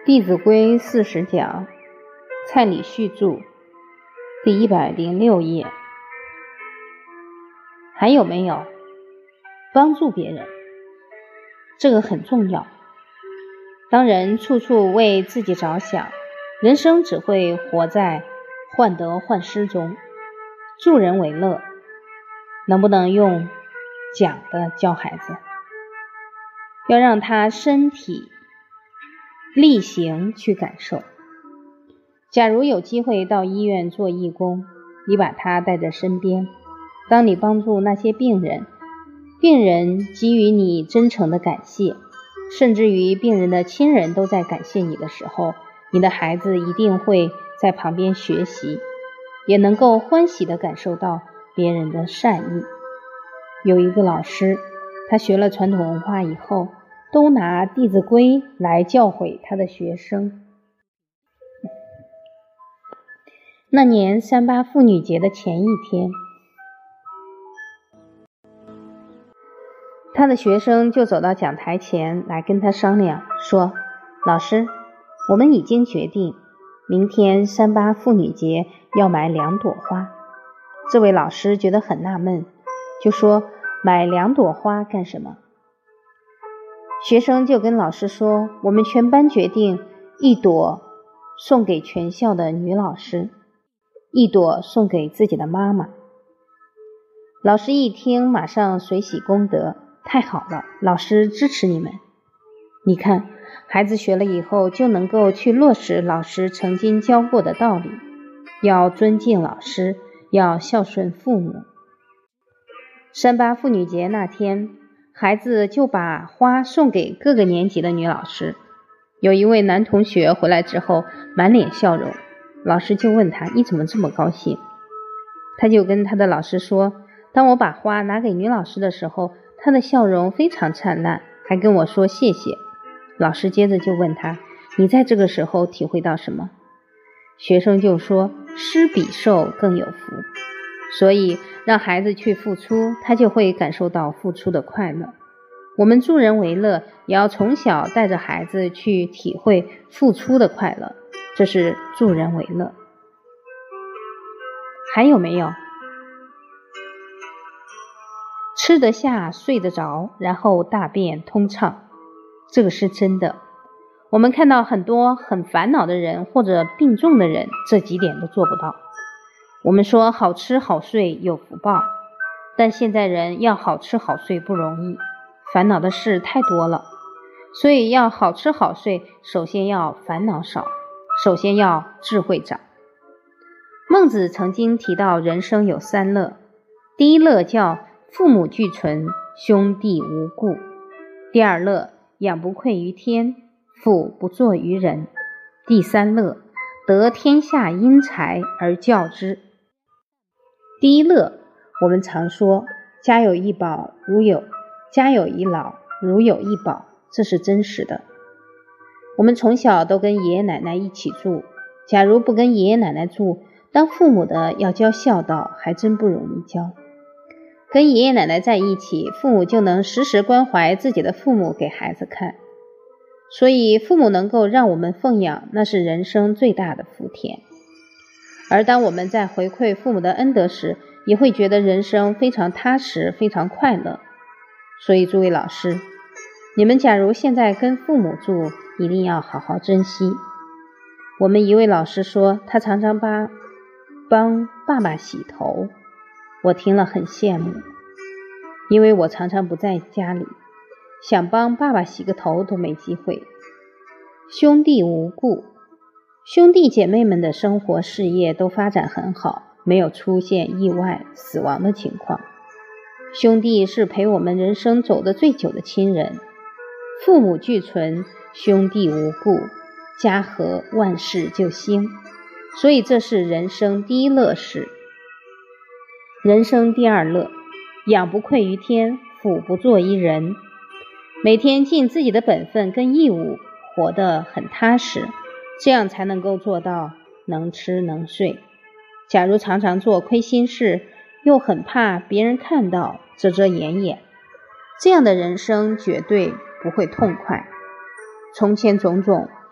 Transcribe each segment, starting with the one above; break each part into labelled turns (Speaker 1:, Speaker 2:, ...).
Speaker 1: 弟子规40讲，蔡礼旭著，第106页。还有没有？帮助别人，这个很重要。当人处处为自己着想，人生只会活在患得患失中。助人为乐，能不能用讲的教孩子？要让他身体力行去感受。假如有机会到医院做义工，你把他带在身边，当你帮助那些病人，病人给予你真诚的感谢，甚至于病人的亲人都在感谢你的时候，你的孩子一定会在旁边学习，也能够欢喜地感受到别人的善意。有一个老师，他学了传统文化以后，都拿《弟子规》来教诲他的学生。那年38妇女节的前一天，他的学生就走到讲台前来跟他商量，说：老师，我们已经决定明天38妇女节要买2朵花。这位老师觉得很纳闷，就说：买2朵花干什么？学生就跟老师说：我们全班决定1朵送给全校的女老师，1朵送给自己的妈妈。老师一听，马上随喜功德，太好了，老师支持你们。你看，孩子学了以后就能够去落实老师曾经教过的道理，要尊敬老师，要孝顺父母。38妇女节那天，孩子就把花送给各个年级的女老师。有一位男同学回来之后满脸笑容，老师就问他：你怎么这么高兴？他就跟他的老师说：当我把花拿给女老师的时候，她的笑容非常灿烂，还跟我说谢谢。老师接着就问他：你在这个时候体会到什么？学生就说：施比受更有福。所以让孩子去付出，他就会感受到付出的快乐。我们助人为乐，也要从小带着孩子去体会付出的快乐，这是助人为乐。还有没有？吃得下，睡得着，然后大便通畅，这个是真的。我们看到很多很烦恼的人或者病重的人，这几点都做不到。我们说好吃好睡有福报，但现在人要好吃好睡不容易，烦恼的事太多了，所以要好吃好睡，首先要烦恼少，首先要智慧长。孟子曾经提到人生有3乐，第一乐叫父母俱存，兄弟无故；第二乐养不愧于天，俯不作于人；第3乐得天下英才而教之。第一乐，我们常说家有一老如有一宝，这是真实的。我们从小都跟爷爷奶奶一起住，假如不跟爷爷奶奶住，当父母的要教孝道还真不容易教。跟爷爷奶奶在一起，父母就能时时关怀自己的父母给孩子看，所以父母能够让我们奉养，那是人生最大的福田。而当我们在回馈父母的恩德时，也会觉得人生非常踏实，非常快乐。所以诸位老师，你们假如现在跟父母住，一定要好好珍惜。我们一位老师说，他常常帮爸爸洗头，我听了很羡慕，因为我常常不在家里，想帮爸爸洗个头都没机会。兄弟无故，兄弟姐妹们的生活事业都发展很好，没有出现意外死亡的情况。兄弟是陪我们人生走得最久的亲人，父母俱存，兄弟无故，家和万事就兴。所以这是人生第一乐事。人生第二乐，养不愧于天，俯不作于人。每天尽自己的本分跟义务，活得很踏实，这样才能够做到能吃能睡。假如常常做亏心事，又很怕别人看到，遮遮掩掩，这样的人生绝对不会痛快。从前种种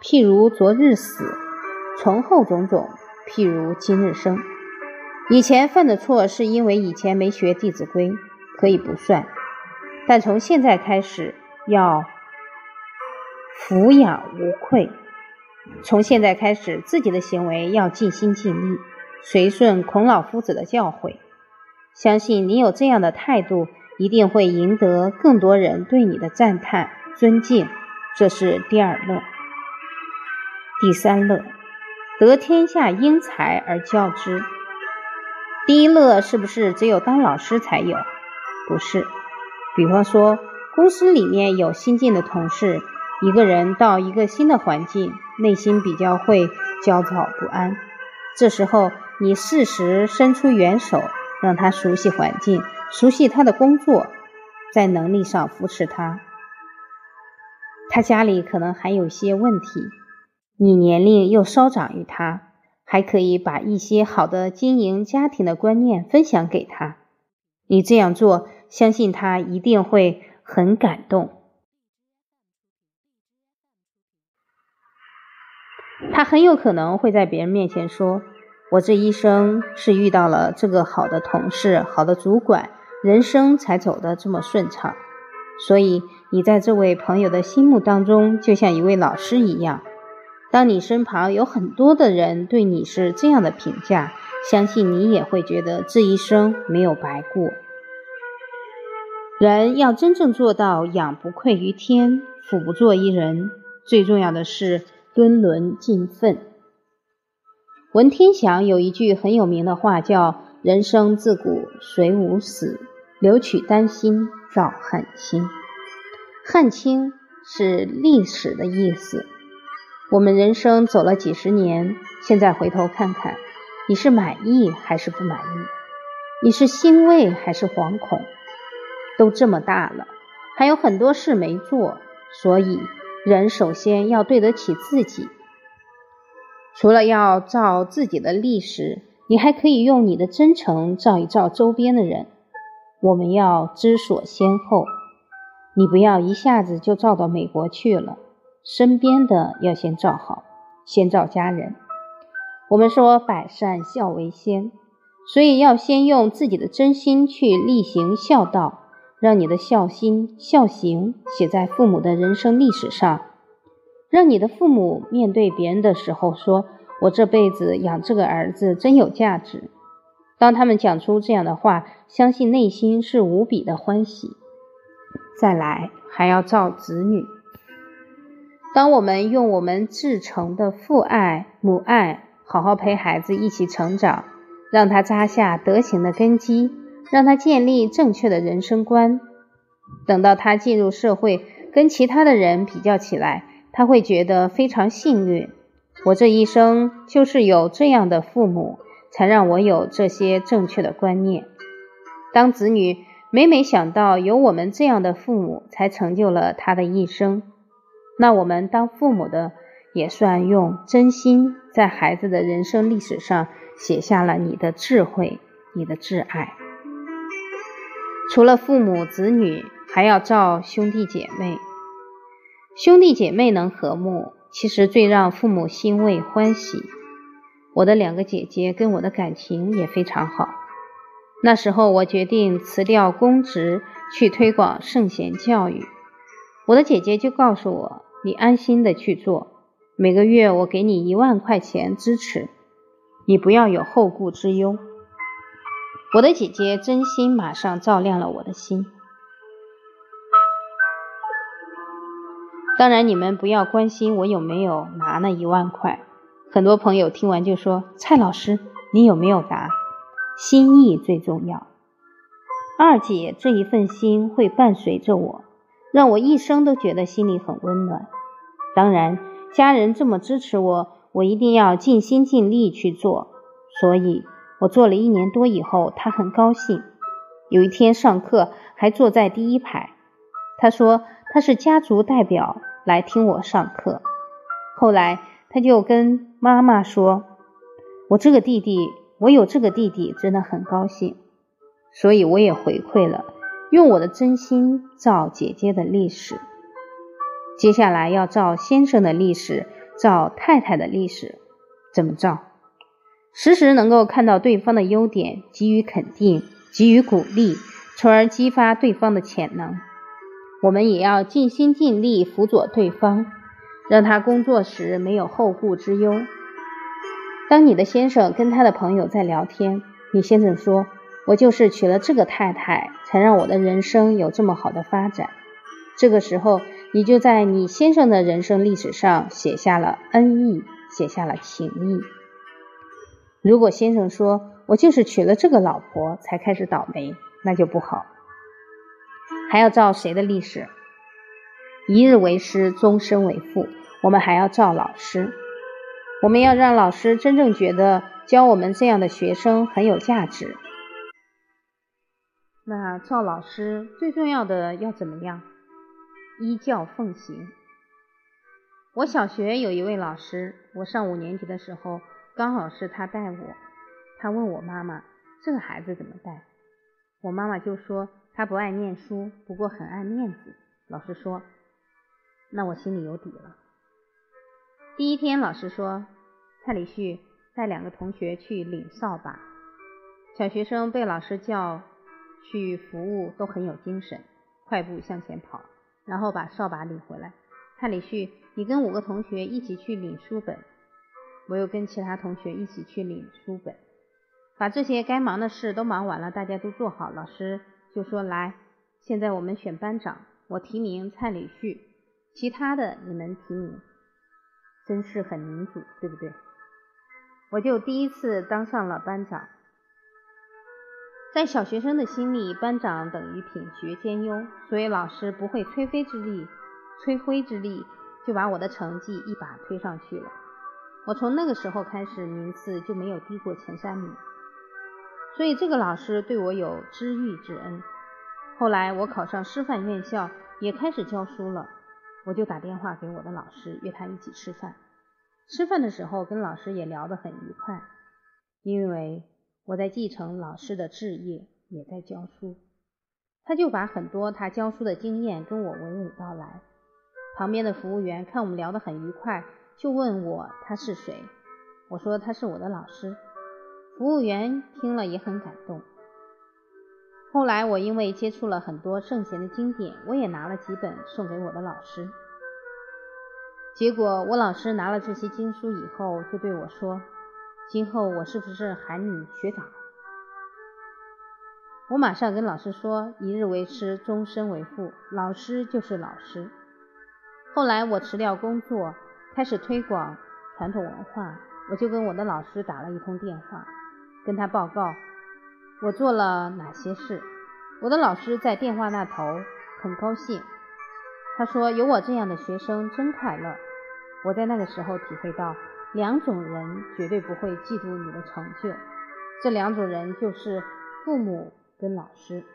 Speaker 1: 譬如昨日死；从后种种，譬如今日生。以前犯的错是因为以前没学《弟子规》，可以不算，但从现在开始要俯仰无愧。从现在开始，自己的行为要尽心尽力，随顺孔老夫子的教诲。相信你有这样的态度，一定会赢得更多人对你的赞叹、尊敬。这是第二乐。第三乐，得天下英才而教之。第一乐是不是只有当老师才有？不是。比方说，公司里面有新进的同事，一个人到一个新的环境，内心比较会焦躁不安。这时候你适时伸出援手，让他熟悉环境，熟悉他的工作，在能力上扶持他。他家里可能还有些问题，你年龄又稍长于他，还可以把一些好的经营家庭的观念分享给他。你这样做，相信他一定会很感动。他很有可能会在别人面前说，我这一生是遇到了这个好的同事、好的主管，人生才走得这么顺畅。所以你在这位朋友的心目当中，就像一位老师一样。当你身旁有很多的人对你是这样的评价，相信你也会觉得这一生没有白过。人要真正做到仰不愧于天，俯不作一人，最重要的是敦伦尽分。文天祥有一句很有名的话，叫人生自古谁无死，留取丹心照汗青。汗青是历史的意思。我们人生走了几十年，现在回头看看，你是满意还是不满意？你是欣慰还是惶恐？都这么大了，还有很多事没做，所以人首先要对得起自己。除了要照自己的历史，你还可以用你的真诚照一照周边的人。我们要知所先后，你不要一下子就照到美国去了，身边的要先照好，先照家人。我们说百善孝为先，所以要先用自己的真心去力行孝道，让你的孝心、孝行写在父母的人生历史上，让你的父母面对别人的时候说，我这辈子养这个儿子真有价值。当他们讲出这样的话，相信内心是无比的欢喜。再来，还要照子女。当我们用我们至诚的父爱、母爱，好好陪孩子一起成长，让他扎下德行的根基，让他建立正确的人生观。等到他进入社会，跟其他的人比较起来，他会觉得非常幸运。我这一生就是有这样的父母，才让我有这些正确的观念。当子女每每想到有我们这样的父母，才成就了他的一生，那我们当父母的也算用真心在孩子的人生历史上写下了你的智慧，你的挚爱。除了父母子女，还要照兄弟姐妹。兄弟姐妹能和睦，其实最让父母欣慰欢喜。我的2个姐姐跟我的感情也非常好。那时候我决定辞掉公职，去推广圣贤教育。我的姐姐就告诉我，你安心的去做，每个月我给你1万块钱支持，你不要有后顾之忧。我的姐姐真心马上照亮了我的心。当然你们不要关心我有没有拿那1万块，很多朋友听完就说，蔡老师你有没有拿？心意最重要。二姐这一份心会伴随着我，让我一生都觉得心里很温暖。当然家人这么支持我，我一定要尽心尽力去做。所以我做了1年多以后，他很高兴。有一天上课还坐在第1排，他说他是家族代表来听我上课。后来他就跟妈妈说，我有这个弟弟真的很高兴。所以我也回馈了，用我的真心照姐姐的历史。接下来要照先生的历史， 照太太的历史。怎么照？时时能够看到对方的优点，给予肯定，给予鼓励，从而激发对方的潜能。我们也要尽心尽力辅佐对方，让他工作时没有后顾之忧。当你的先生跟他的朋友在聊天，你先生说，我就是娶了这个太太，才让我的人生有这么好的发展。这个时候，你就在你先生的人生历史上写下了恩义，写下了情义。如果先生说，我就是娶了这个老婆才开始倒霉，那就不好。还要照谁的历史？一日为师，终身为父。我们还要照老师，我们要让老师真正觉得教我们这样的学生很有价值。那照老师最重要的要怎么样？依教奉行。我小学有一位老师，我上5年级的时候，刚好是他带我。他问我妈妈，这个孩子怎么带？我妈妈就说，他不爱念书，不过很爱面子。老师说，那我心里有底了。第一天，老师说，蔡礼旭带2个同学去领扫把。小学生被老师叫去服务都很有精神，快步向前跑，然后把扫把领回来。蔡礼旭，你跟5个同学一起去领书本。我又跟其他同学一起去领书本，把这些该忙的事都忙完了，大家都做好，老师就说，来，现在我们选班长，我提名蔡礼旭，其他的你们提名。真是很民主，对不对？我就第一次当上了班长。在小学生的心里，班长等于品学兼优，所以老师不会吹灰之力就把我的成绩一把推上去了。我从那个时候开始，名次就没有低过前3名，所以这个老师对我有知遇之恩。后来我考上师范院校，也开始教书了，我就打电话给我的老师，约他一起吃饭。吃饭的时候跟老师也聊得很愉快，因为我在继承老师的志业，也在教书。他就把很多他教书的经验跟我娓娓道来。旁边的服务员看我们聊得很愉快，就问我他是谁。我说他是我的老师。服务员听了也很感动。后来我因为接触了很多圣贤的经典，我也拿了几本送给我的老师。结果我老师拿了这些经书以后，就对我说，今后我是不是喊你学长？我马上跟老师说，一日为师，终身为父，老师就是老师。后来我辞掉工作，开始推广传统文化，我就跟我的老师打了一通电话，跟他报告我做了哪些事。我的老师在电话那头很高兴，他说，有我这样的学生真快乐。我在那个时候体会到2种人绝对不会嫉妒你的成就，这2种人就是父母跟老师。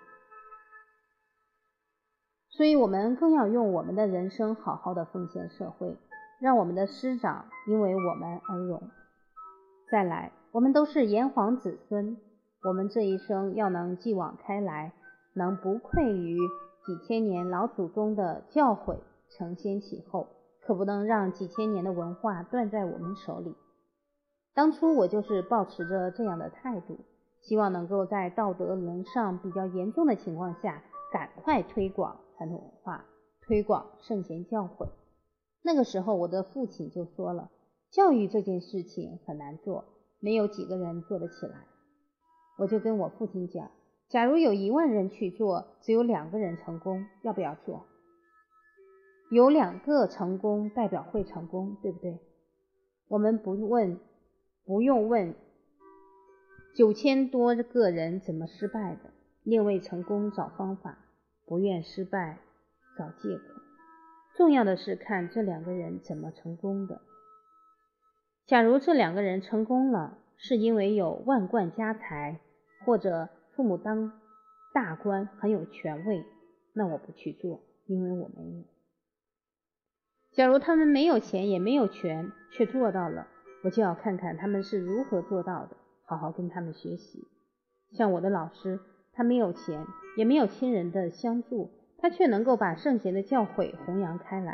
Speaker 1: 所以我们更要用我们的人生好好的奉献社会，让我们的师长因为我们而荣。再来，我们都是炎黄子孙，我们这一生要能继往开来，能不愧于几千年老祖宗的教诲，承先启后，可不能让几千年的文化断在我们手里。当初我就是抱持着这样的态度，希望能够在道德沦丧比较严重的情况下，赶快推广传统文化，推广圣贤教诲。那个时候我的父亲就说了，教育这件事情很难做，没有几个人做得起来。我就跟我父亲讲，假如有1万人去做，只有2个人成功，要不要做？有2个成功代表会成功，对不对？我们不用问9000多个人怎么失败的，宁为成功找方法，不愿失败找借口。重要的是看这2个人怎么成功的。假如这2个人成功了，是因为有万贯家财，或者父母当大官很有权位，那我不去做，因为我没有。假如他们没有钱也没有权，却做到了，我就要看看他们是如何做到的，好好跟他们学习。像我的老师，他没有钱，也没有亲人的相助，他却能够把圣贤的教诲弘扬开来，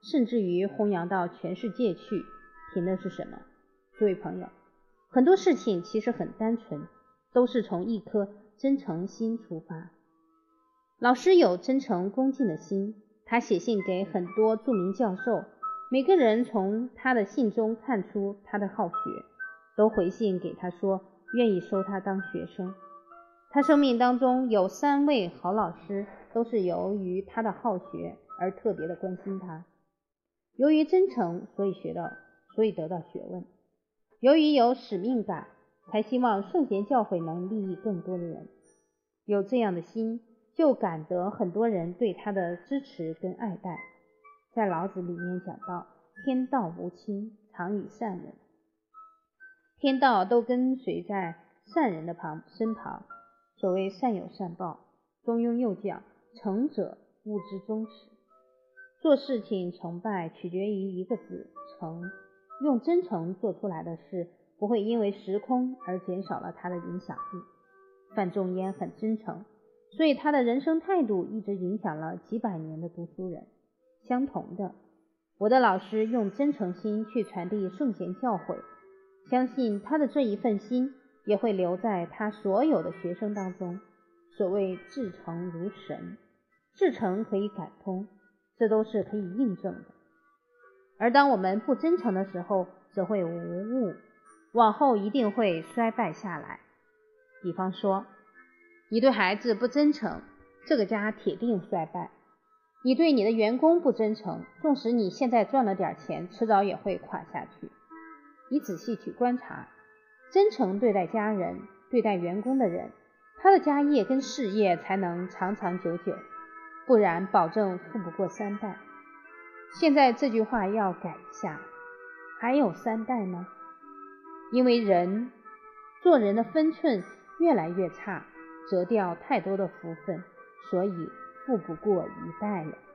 Speaker 1: 甚至于弘扬到全世界去，凭的是什么？诸位朋友，很多事情其实很单纯，都是从一颗真诚心出发。老师有真诚恭敬的心，他写信给很多著名教授，每个人从他的信中看出他的好学，都回信给他说愿意收他当学生。他生命当中有3位好老师，都是由于他的好学而特别的关心他。由于真诚，所以得到学问；由于有使命感，才希望圣贤教诲能利益更多的人。有这样的心，就感得很多人对他的支持跟爱戴。在老子里面讲到，天道无亲，常与善人。天道都跟随在善人的身旁。所谓善有善报，中庸又讲，诚者物之忠实。做事情成败取决于一个字，诚。用真诚做出来的事，不会因为时空而减少了它的影响力。范仲淹很真诚，所以他的人生态度一直影响了几百年的读书人。相同的，我的老师用真诚心去传递圣贤教诲，相信他的这一份心也会留在他所有的学生当中。所谓至诚如神，至诚可以感通，这都是可以印证的。而当我们不真诚的时候，则会无误，往后一定会衰败下来。比方说，你对孩子不真诚，这个家铁定衰败。你对你的员工不真诚，纵使你现在赚了点钱，迟早也会垮下去。你仔细去观察，真诚对待家人、对待员工的人，他的家业跟事业才能长长久久，不然保证富不过3代。现在这句话要改一下，还有3代吗？因为做人的分寸越来越差，折掉太多的福分，所以富不过1代了。